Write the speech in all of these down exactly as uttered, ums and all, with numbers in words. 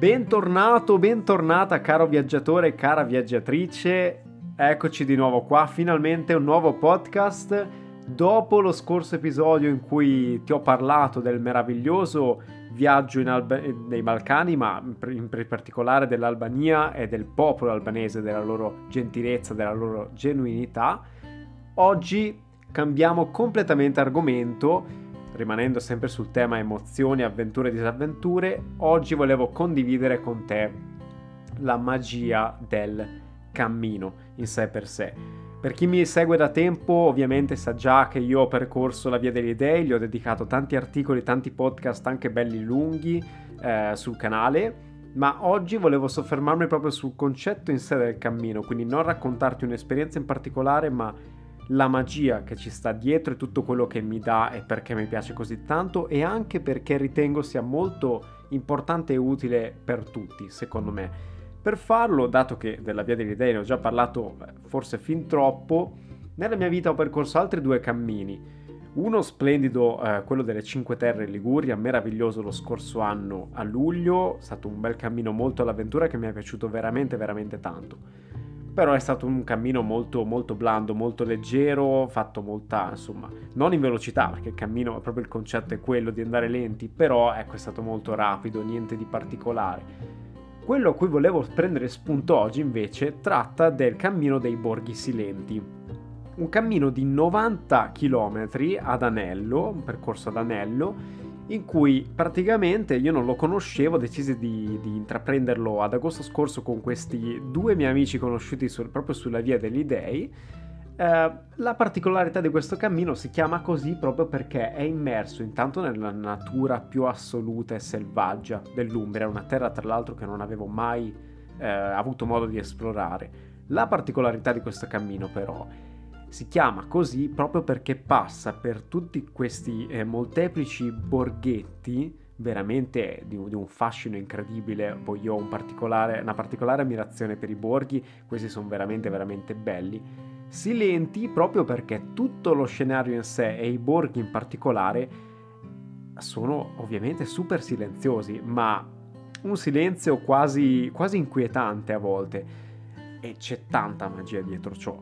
Bentornato, bentornata caro viaggiatore e cara viaggiatrice, eccoci di nuovo qua, finalmente un nuovo podcast. Dopo lo scorso episodio in cui ti ho parlato del meraviglioso viaggio in Alba- nei Balcani, ma in particolare dell'Albania e del popolo albanese, della loro gentilezza, della loro genuinità, oggi cambiamo completamente argomento. Rimanendo sempre sul tema emozioni, avventure e disavventure, oggi volevo condividere con te la magia del cammino in sé per sé. Per chi mi segue da tempo, ovviamente sa già che io ho percorso la Via delle Dei, gli ho dedicato tanti articoli, tanti podcast anche belli lunghi eh, sul canale, ma oggi volevo soffermarmi proprio sul concetto in sé del cammino, quindi non raccontarti un'esperienza in particolare, ma la magia che ci sta dietro e tutto quello che mi dà e perché mi piace così tanto, e anche perché ritengo sia molto importante e utile per tutti, secondo me. Per farlo, dato che della Via delle Dei ne ho già parlato forse fin troppo, nella mia vita ho percorso altri due cammini. Uno splendido, eh, quello delle Cinque Terre in Liguria, meraviglioso lo scorso anno a luglio, è stato un bel cammino molto all'avventura che mi è piaciuto veramente veramente tanto. Però è stato un cammino molto molto blando, molto leggero, fatto molta, insomma, non in velocità, perché il cammino, proprio il concetto è quello di andare lenti, però ecco, è stato molto rapido, niente di particolare. Quello a cui volevo prendere spunto oggi invece tratta del cammino dei Borghi Silenti. Un cammino di novanta chilometri ad anello, un percorso ad anello, in cui praticamente io non lo conoscevo, decisi di, di intraprenderlo ad agosto scorso con questi due miei amici conosciuti sul, proprio sulla Via degli Dei. Eh, la particolarità di questo cammino si chiama così proprio perché è immerso intanto nella natura più assoluta e selvaggia dell'Umbria, una terra tra l'altro che non avevo mai eh, avuto modo di esplorare. La particolarità di questo cammino però si chiama così proprio perché passa per tutti questi eh, molteplici borghetti, veramente di, di un fascino incredibile. Poi io ho un particolare, una particolare ammirazione per i borghi, questi sono veramente veramente belli. Silenti proprio perché tutto lo scenario in sé e i borghi in particolare sono ovviamente super silenziosi, ma un silenzio quasi, quasi inquietante a volte, e c'è tanta magia dietro ciò.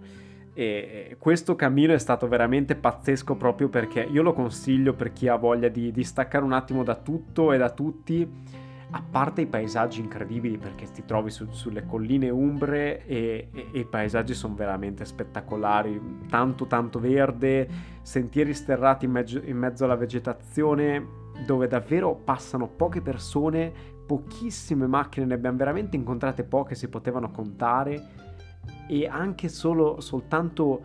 E questo cammino è stato veramente pazzesco proprio perché io lo consiglio per chi ha voglia di, di staccare un attimo da tutto e da tutti, a parte i paesaggi incredibili perché ti trovi su, sulle colline umbre e, e, e i paesaggi sono veramente spettacolari, tanto tanto verde, sentieri sterrati in, mezzo, in mezzo alla vegetazione dove davvero passano poche persone, pochissime macchine, ne abbiamo veramente incontrate poche, si potevano contare. E anche solo soltanto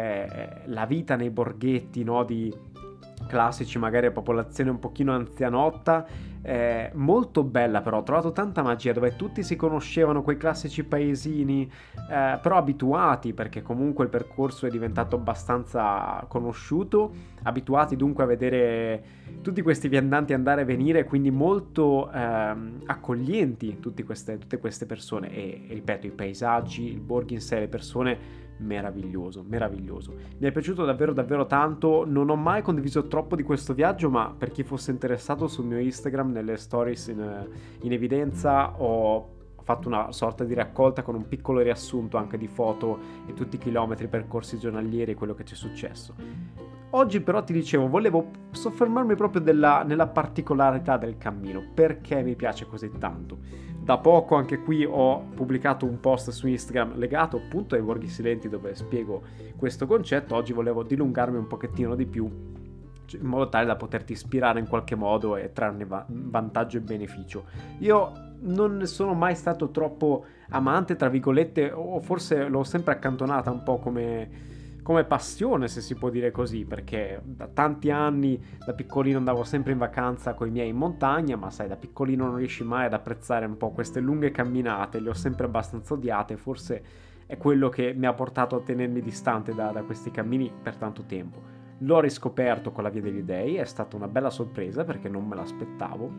eh, la vita nei borghetti, no, di classici magari a popolazione un pochino anzianotta, eh, molto bella. Però ho trovato tanta magia dove tutti si conoscevano, quei classici paesini, eh, però abituati, perché comunque il percorso è diventato abbastanza conosciuto, abituati dunque a vedere tutti questi viandanti andare e venire, quindi molto ehm, accoglienti tutte queste, tutte queste persone. E, e ripeto, i paesaggi, il borgo in sé, le persone, meraviglioso, meraviglioso. Mi è piaciuto davvero davvero tanto. Non ho mai condiviso troppo di questo viaggio, ma per chi fosse interessato sul mio Instagram, nelle stories in, in evidenza, ho fatto una sorta di raccolta con un piccolo riassunto anche di foto e tutti i chilometri percorsi giornalieri e quello che ci è successo. Oggi però ti dicevo, volevo soffermarmi proprio della, nella particolarità del cammino, perché mi piace così tanto. Da poco anche qui ho pubblicato un post su Instagram legato appunto ai borghi silenti dove spiego questo concetto. Oggi volevo dilungarmi un pochettino di più in modo tale da poterti ispirare in qualche modo e trarne va- vantaggio e beneficio. Io non ne sono mai stato troppo amante, tra virgolette, o forse l'ho sempre accantonata un po' come... come passione, se si può dire così, perché da tanti anni, da piccolino, andavo sempre in vacanza con i miei in montagna, ma sai, da piccolino non riesci mai ad apprezzare un po' queste lunghe camminate, le ho sempre abbastanza odiate, forse è quello che mi ha portato a tenermi distante da, da questi cammini per tanto tempo. L'ho riscoperto con la Via degli Dei, è stata una bella sorpresa perché non me l'aspettavo,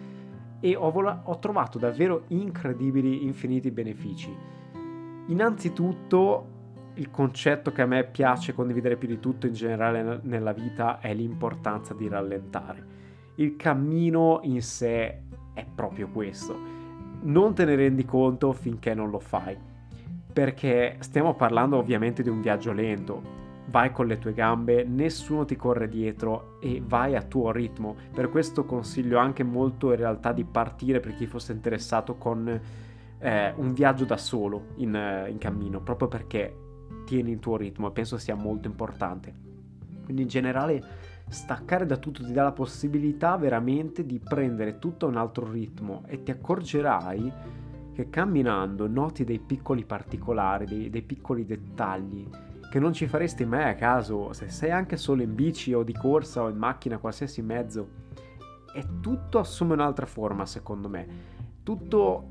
e ho, vola- ho trovato davvero incredibili, infiniti benefici. Innanzitutto, il concetto che a me piace condividere più di tutto in generale nella vita è l'importanza di rallentare. Il cammino in sé è proprio questo. non te ne rendi conto finché non lo fai, perché stiamo parlando ovviamente di un viaggio lento. Vai con le tue gambe, nessuno ti corre dietro e vai a tuo ritmo. Per questo consiglio anche molto in realtà di partire, per chi fosse interessato, con eh, un viaggio da solo in, eh, in cammino, proprio perché tieni il tuo ritmo e penso sia molto importante. Quindi in generale staccare da tutto ti dà la possibilità veramente di prendere tutto a un altro ritmo e ti accorgerai che camminando noti dei piccoli particolari, dei, dei piccoli dettagli che non ci faresti mai a caso se sei anche solo in bici o di corsa o in macchina, qualsiasi mezzo. E tutto assume un'altra forma, secondo me. Tutto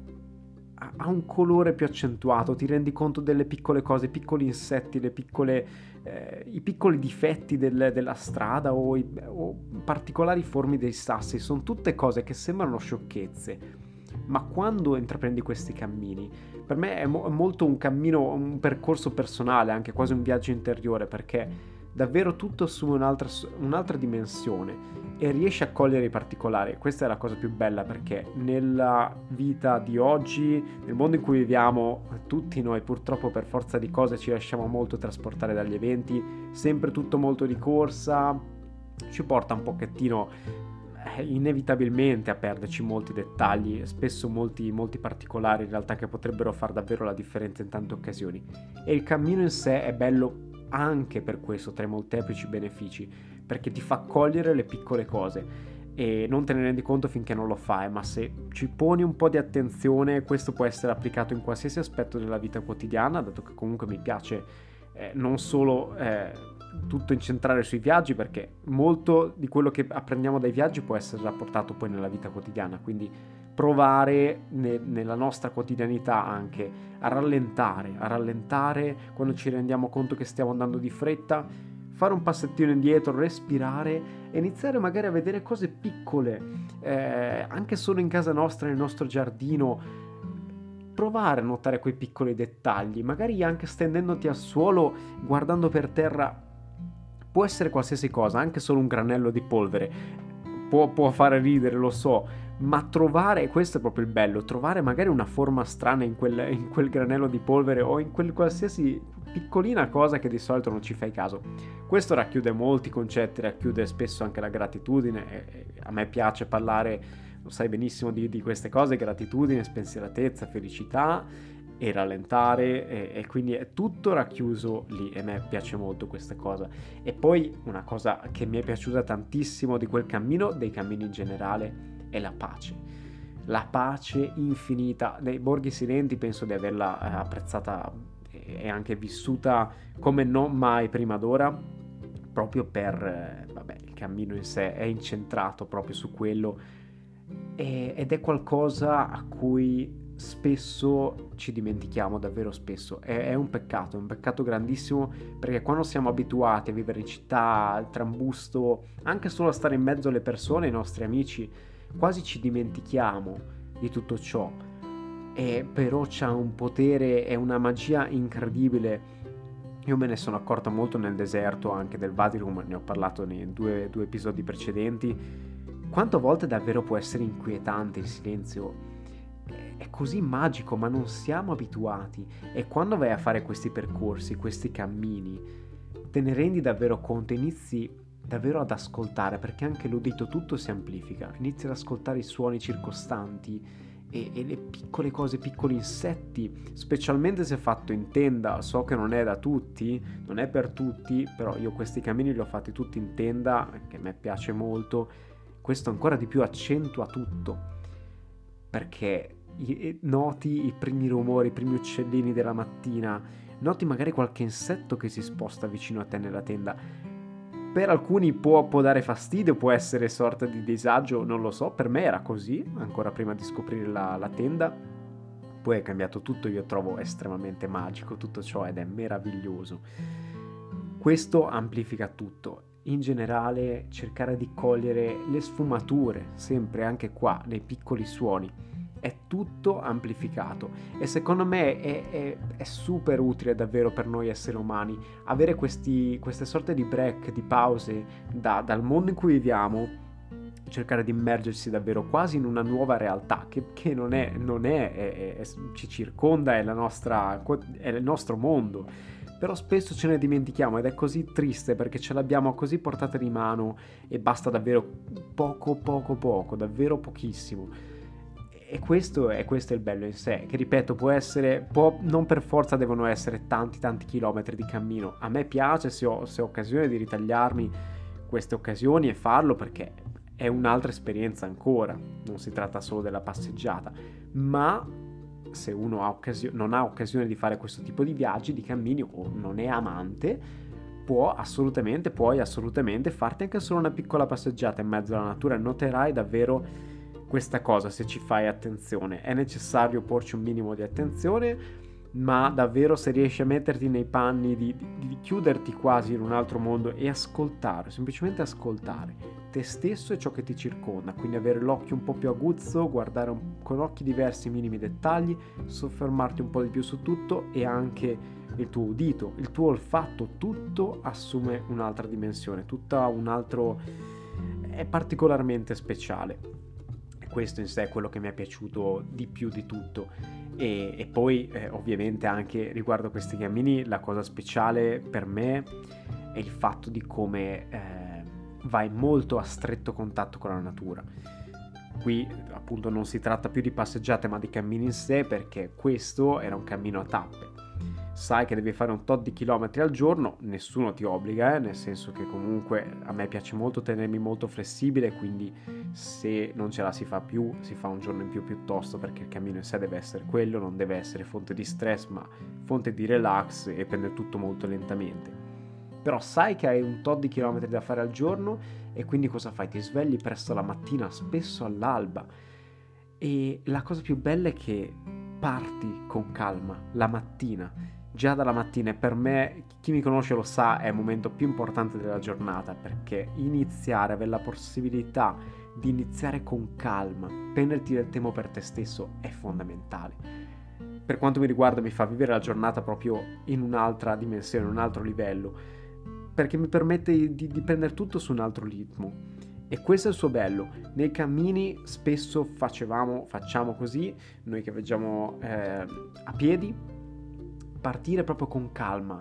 ha un colore più accentuato, ti rendi conto delle piccole cose, i piccoli insetti, le piccole, eh, i piccoli difetti del, della strada o, i, o particolari forme dei sassi. Sono tutte cose che sembrano sciocchezze, ma quando intraprendi questi cammini, per me è, mo- è molto un cammino, un percorso personale, anche quasi un viaggio interiore, perché davvero tutto assume un'altra, un'altra dimensione e riesci a cogliere i particolari. Questa è la cosa più bella, perché nella vita di oggi, nel mondo in cui viviamo, tutti noi purtroppo per forza di cose ci lasciamo molto trasportare dagli eventi, sempre tutto molto di corsa, ci porta un pochettino inevitabilmente a perderci molti dettagli, spesso molti, molti particolari in realtà, che potrebbero far davvero la differenza in tante occasioni. E il cammino in sé è bello anche per questo, tra i molteplici benefici, perché ti fa cogliere le piccole cose e non te ne rendi conto finché non lo fai, ma se ci poni un po' di attenzione, questo può essere applicato in qualsiasi aspetto della vita quotidiana, dato che comunque mi piace eh, non solo eh, tutto incentrare sui viaggi, perché molto di quello che apprendiamo dai viaggi può essere rapportato poi nella vita quotidiana, quindi provare ne, nella nostra quotidianità anche a rallentare, a rallentare quando ci rendiamo conto che stiamo andando di fretta, fare un passettino indietro, respirare e iniziare magari a vedere cose piccole, eh, anche solo in casa nostra, nel nostro giardino. Provare a notare quei piccoli dettagli, magari anche stendendoti al suolo, guardando per terra. Può essere qualsiasi cosa, anche solo un granello di polvere. Può, può fare ridere, lo so, ma trovare, questo è proprio il bello, trovare magari una forma strana in quel, in quel granello di polvere o in quel qualsiasi piccolina cosa che di solito non ci fai caso. Questo racchiude molti concetti, racchiude spesso anche la gratitudine. E, e a me piace parlare, lo sai benissimo, di, di queste cose: gratitudine, spensieratezza, felicità e rallentare, e, e quindi è tutto racchiuso lì, e a me piace molto questa cosa. E poi una cosa che mi è piaciuta tantissimo di quel cammino, dei cammini in generale, è la pace. La pace infinita. Nei Borghi Silenti penso di averla eh, apprezzata e anche vissuta come non mai prima d'ora, proprio per, eh, vabbè, il cammino in sé è incentrato proprio su quello, e, ed è qualcosa a cui spesso ci dimentichiamo, davvero spesso. È, è un peccato, è un peccato grandissimo, perché quando siamo abituati a vivere in città, al trambusto, anche solo a stare in mezzo alle persone, ai nostri amici, quasi ci dimentichiamo di tutto ciò. E però c'ha un potere e una magia incredibile. Io me ne sono accorto molto nel deserto, anche del Wadi Rum, ne ho parlato nei due, due episodi precedenti. Quante volte davvero può essere inquietante il silenzio. È così magico, ma non siamo abituati. E quando vai a fare questi percorsi, questi cammini, te ne rendi davvero conto, inizi davvero ad ascoltare, perché anche l'udito tutto si amplifica, inizi ad ascoltare i suoni circostanti e, e le piccole cose, piccoli insetti, specialmente se fatto in tenda. So che non è da tutti, non è per tutti, però io questi cammini li ho fatti tutti in tenda, che a me piace molto. Questo ancora di più accentua tutto, perché noti i primi rumori, i primi uccellini della mattina, noti magari qualche insetto che si sposta vicino a te nella tenda. Per alcuni può, può dare fastidio, può essere sorta di disagio, non lo so, per me era così, ancora prima di scoprire la, la tenda. Poi è cambiato tutto, io trovo estremamente magico tutto ciò ed è meraviglioso. Questo amplifica tutto. In generale cercare di cogliere le sfumature, sempre anche qua, nei piccoli suoni. È tutto amplificato e secondo me è, è, è super utile davvero per noi esseri umani avere questi, queste sorte di break, di pause da, dal mondo in cui viviamo, cercare di immergersi davvero quasi in una nuova realtà che, che non è, non è, è, è ci circonda, è, la nostra, è il nostro mondo, però spesso ce ne dimentichiamo ed è così triste perché ce l'abbiamo così portata di mano e basta davvero poco poco poco, davvero pochissimo. E questo è, questo è il bello in sé, che ripeto può essere, può, non per forza devono essere tanti tanti chilometri di cammino. A me piace se ho, se ho occasione di ritagliarmi queste occasioni e farlo perché è un'altra esperienza ancora, non si tratta solo della passeggiata, ma se uno ha occasio- non ha occasione di fare questo tipo di viaggi, di cammini o non è amante, può assolutamente, puoi assolutamente farti anche solo una piccola passeggiata in mezzo alla natura e noterai davvero questa cosa se ci fai attenzione. È necessario porci un minimo di attenzione, ma davvero se riesci a metterti nei panni di, di, di chiuderti quasi in un altro mondo e ascoltare, semplicemente ascoltare te stesso e ciò che ti circonda, quindi avere l'occhio un po' più aguzzo, guardare un, con occhi diversi i minimi dettagli, soffermarti un po' di più su tutto e anche il tuo udito, il tuo olfatto, tutto assume un'altra dimensione, tutta un altro, è particolarmente speciale. Questo in sé è quello che mi è piaciuto di più di tutto. E, e poi eh, ovviamente anche riguardo questi cammini la cosa speciale per me è il fatto di come eh, vai molto a stretto contatto con la natura. Qui appunto non si tratta più di passeggiate ma di cammini in sé, perché questo era un cammino a tappe. Sai che devi fare un tot di chilometri al giorno, nessuno ti obbliga, eh, nel senso che comunque a me piace molto tenermi molto flessibile, quindi se non ce la si fa più, si fa un giorno in più piuttosto, perché il cammino in sé deve essere quello, non deve essere fonte di stress, ma fonte di relax e prendere tutto molto lentamente. Però sai che hai un tot di chilometri da fare al giorno e quindi cosa fai? Ti svegli presto la mattina, spesso all'alba, e la cosa più bella è che parti con calma la mattina. Già dalla mattina, e per me, chi mi conosce lo sa, è il momento più importante della giornata, perché iniziare, avere la possibilità di iniziare con calma, prenderti del tempo per te stesso è fondamentale. Per quanto mi riguarda mi fa vivere la giornata proprio in un'altra dimensione, in un altro livello, perché mi permette di, di prendere tutto su un altro ritmo. E questo è il suo bello. Nei cammini spesso facevamo, facciamo così, noi che viaggiamo eh, a piedi, partire proprio con calma,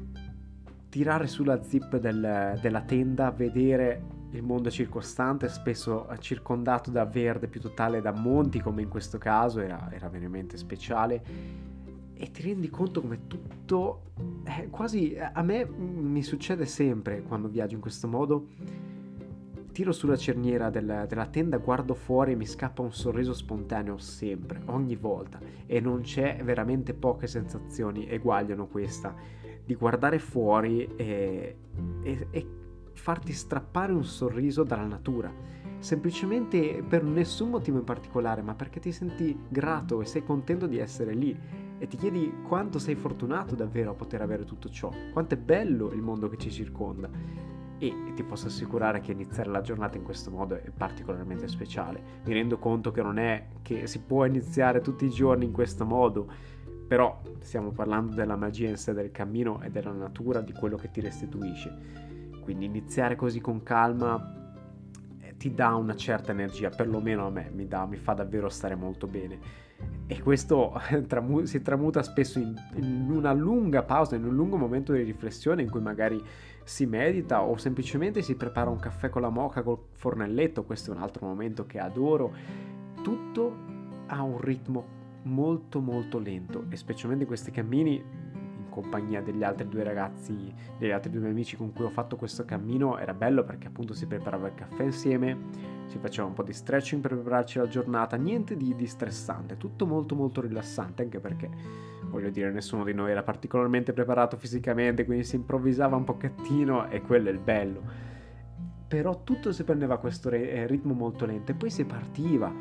tirare sulla zip del, della tenda, vedere il mondo circostante, spesso circondato da verde più totale, da monti come in questo caso, era, era veramente speciale, e ti rendi conto come tutto, eh, quasi a me mi succede sempre quando viaggio in questo modo, tiro sulla cerniera del, della tenda, guardo fuori e mi scappa un sorriso spontaneo sempre, ogni volta, e non c'è, veramente poche sensazioni eguagliano questa, di guardare fuori e, e, e farti strappare un sorriso dalla natura, semplicemente per nessun motivo in particolare, ma perché ti senti grato e sei contento di essere lì e ti chiedi quanto sei fortunato davvero a poter avere tutto ciò, quanto è bello il mondo che ci circonda. E ti posso assicurare che iniziare la giornata in questo modo è particolarmente speciale. Mi rendo conto che non è che si può iniziare tutti i giorni in questo modo, però stiamo parlando della magia in sé del cammino e della natura, di quello che ti restituisce. Quindi iniziare così con calma eh, ti dà una certa energia, perlomeno a me mi dà, mi fa davvero stare molto bene. E questo tramu- si tramuta spesso in, in una lunga pausa, in un lungo momento di riflessione in cui magari si medita o semplicemente si prepara un caffè con la moka col fornelletto. Questo è un altro momento che adoro. Tutto ha un ritmo molto molto lento, e specialmente questi cammini in compagnia degli altri due ragazzi, degli altri due miei amici con cui ho fatto questo cammino, era bello perché appunto si preparava il caffè insieme, si faceva un po' di stretching per prepararci la giornata, niente di, di stressante, tutto molto molto rilassante, anche perché voglio dire nessuno di noi era particolarmente preparato fisicamente, quindi si improvvisava un pochettino e quello è il bello. Però tutto si prendeva a questo re- ritmo molto lento e poi si partiva e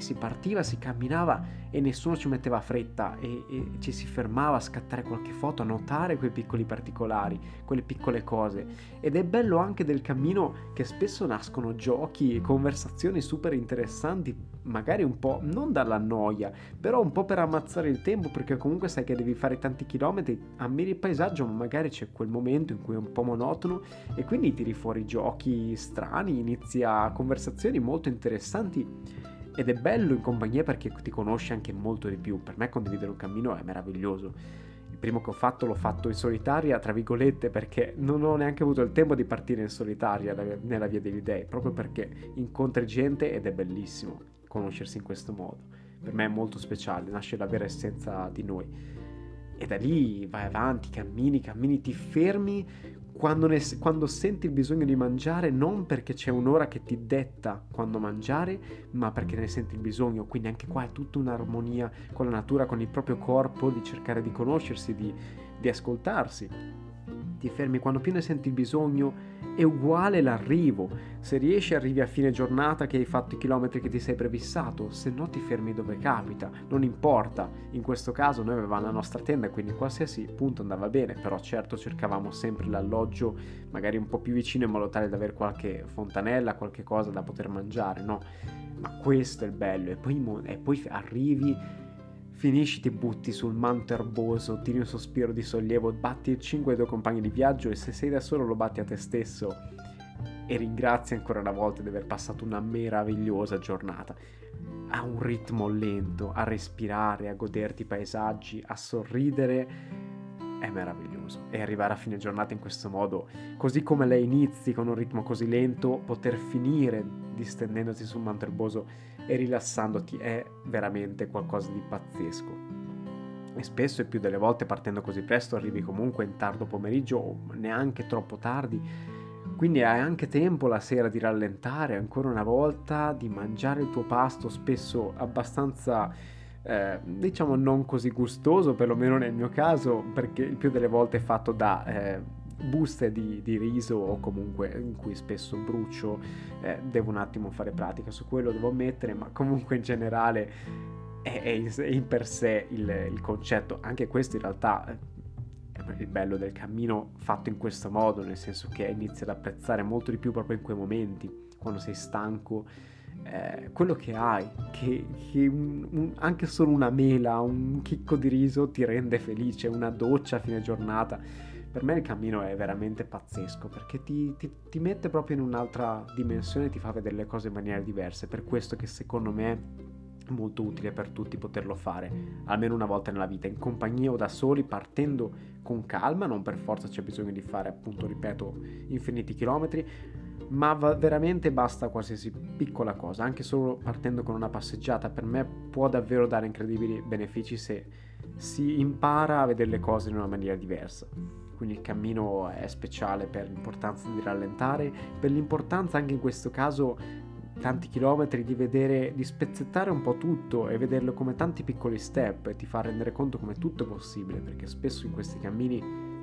si partiva, si camminava e nessuno ci metteva fretta e, e ci si fermava a scattare qualche foto, a notare quei piccoli particolari, quelle piccole cose. Ed è bello anche del cammino che spesso nascono giochi e conversazioni super interessanti, magari un po' non dalla noia, però un po' per ammazzare il tempo, perché comunque sai che devi fare tanti chilometri, ammiri il paesaggio, ma magari c'è quel momento in cui è un po' monotono e quindi tiri fuori giochi strani, inizia conversazioni molto interessanti. Ed è bello in compagnia perché ti conosci anche molto di più. Per me condividere un cammino è meraviglioso. Il primo che ho fatto l'ho fatto in solitaria, tra virgolette, perché non ho neanche avuto il tempo di partire in solitaria nella Via degli Dei, proprio perché incontri gente ed è bellissimo conoscersi in questo modo. Per me è molto speciale, nasce la vera essenza di noi. E da lì vai avanti, cammini, cammini, ti fermi quando, ne, quando senti il bisogno di mangiare, non perché c'è un'ora che ti detta quando mangiare, ma perché ne senti il bisogno. Quindi anche qua è tutta un'armonia con la natura, con il proprio corpo, di cercare di conoscersi, di, di ascoltarsi. Ti fermi quando più ne senti il bisogno. È uguale l'arrivo. Se riesci arrivi a fine giornata che hai fatto i chilometri che ti sei prefissato, se no ti fermi dove capita, non importa. In questo caso noi avevamo la nostra tenda, quindi qualsiasi punto andava bene, però certo cercavamo sempre l'alloggio magari un po' più vicino in modo tale da avere qualche fontanella, qualche cosa da poter mangiare, no? Ma questo è il bello. E poi, e poi arrivi, finisci, ti butti sul manto erboso, tiri un sospiro di sollievo, batti il cinque ai tuoi compagni di viaggio e se sei da solo lo batti a te stesso e ringrazi ancora una volta di aver passato una meravigliosa giornata. A un ritmo lento, a respirare, a goderti i paesaggi, a sorridere, è meraviglioso. E arrivare a fine giornata in questo modo, così come la inizi con un ritmo così lento, poter finire distendendoti sul manto erboso e rilassandoti è veramente qualcosa di pazzesco. E spesso e più delle volte partendo così presto arrivi comunque in tardo pomeriggio o neanche troppo tardi, quindi hai anche tempo la sera di rallentare ancora una volta, di mangiare il tuo pasto, spesso abbastanza eh, diciamo non così gustoso, perlomeno nel mio caso, perché il più delle volte è fatto da eh, buste di, di riso o comunque in cui spesso brucio, eh, devo un attimo fare pratica su quello, devo ammettere, ma comunque in generale è, è in per sé il, il concetto. Anche questo in realtà è il bello del cammino fatto in questo modo, nel senso che inizi ad apprezzare molto di più proprio in quei momenti, quando sei stanco, eh, quello che hai, che, che un, un, anche solo una mela, un chicco di riso ti rende felice, una doccia a fine giornata. Per me il cammino è veramente pazzesco perché ti, ti, ti mette proprio in un'altra dimensione, ti fa vedere le cose in maniere diverse. Per questo che secondo me è molto utile per tutti poterlo fare almeno una volta nella vita, in compagnia o da soli, partendo con calma. Non per forza c'è bisogno di fare, appunto, ripeto, infiniti chilometri, ma va, veramente basta qualsiasi piccola cosa. Anche solo partendo con una passeggiata per me può davvero dare incredibili benefici se si impara a vedere le cose in una maniera diversa. Quindi il cammino è speciale per l'importanza di rallentare, per l'importanza anche in questo caso, tanti chilometri, di vedere, di spezzettare un po' tutto e vederlo come tanti piccoli step e ti fa rendere conto come tutto è possibile, perché spesso in questi cammini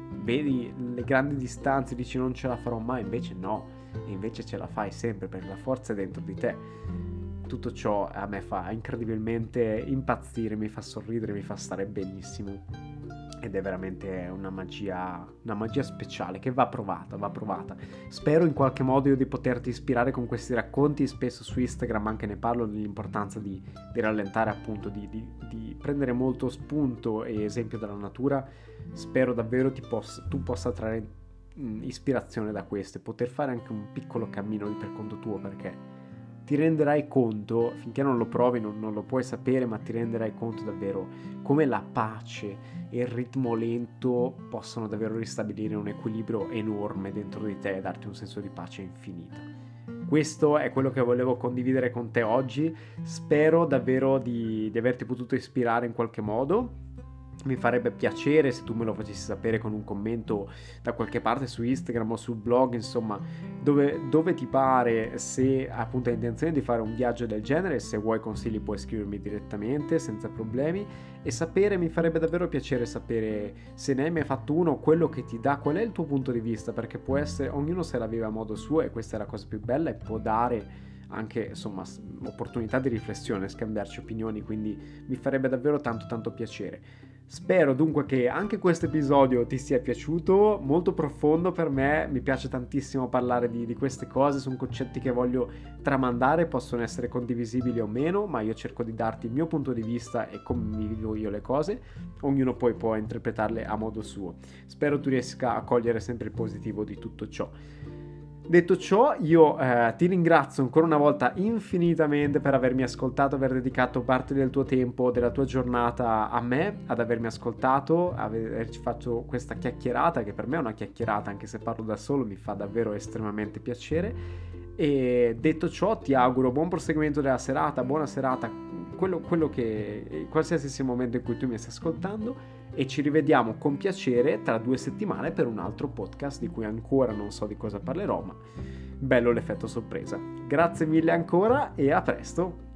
vedi le grandi distanze e dici non ce la farò mai, invece no, e invece ce la fai sempre perché la forza è dentro di te. Tutto ciò a me fa incredibilmente impazzire, mi fa sorridere, mi fa stare benissimo. Ed è veramente una magia, una magia speciale che va provata, va provata. Spero in qualche modo io di poterti ispirare con questi racconti. Spesso su Instagram anche ne parlo dell'importanza di, di rallentare, appunto, di, di, di prendere molto spunto e esempio dalla natura. Spero davvero ti possa, tu possa trarre mh, ispirazione da questo e poter fare anche un piccolo cammino lì per conto tuo, perché ti renderai conto, finché non lo provi non, non lo puoi sapere, ma ti renderai conto davvero come la pace e il ritmo lento possono davvero ristabilire un equilibrio enorme dentro di te e darti un senso di pace infinita. Questo è quello che volevo condividere con te oggi. Spero davvero di, di averti potuto ispirare in qualche modo. Mi farebbe piacere se tu me lo facessi sapere con un commento da qualche parte su Instagram o sul blog, insomma, dove, dove ti pare, se appunto hai intenzione di fare un viaggio del genere. Se vuoi consigli puoi scrivermi direttamente senza problemi, e sapere, mi farebbe davvero piacere sapere se ne hai mai fatto uno, quello che ti dà, qual è il tuo punto di vista, perché può essere, ognuno se la vive a modo suo e questa è la cosa più bella, e può dare anche insomma opportunità di riflessione, scambiarci opinioni, quindi mi farebbe davvero tanto tanto piacere. Spero dunque che anche questo episodio ti sia piaciuto, molto profondo per me, mi piace tantissimo parlare di, di queste cose, sono concetti che voglio tramandare, possono essere condivisibili o meno, ma io cerco di darti il mio punto di vista e come vivo io le cose, ognuno poi può interpretarle a modo suo. Spero tu riesca a cogliere sempre il positivo di tutto ciò. Detto ciò, io eh, ti ringrazio ancora una volta infinitamente per avermi ascoltato, aver dedicato parte del tuo tempo, della tua giornata a me, ad avermi ascoltato, averci fatto questa chiacchierata, che per me è una chiacchierata, anche se parlo da solo, mi fa davvero estremamente piacere. E detto ciò, ti auguro buon proseguimento della serata, buona serata, quello, quello che, qualsiasi sia il momento in cui tu mi stai ascoltando, e ci rivediamo con piacere tra due settimane per un altro podcast di cui ancora non so di cosa parlerò, ma bello l'effetto sorpresa. Grazie mille ancora e a presto!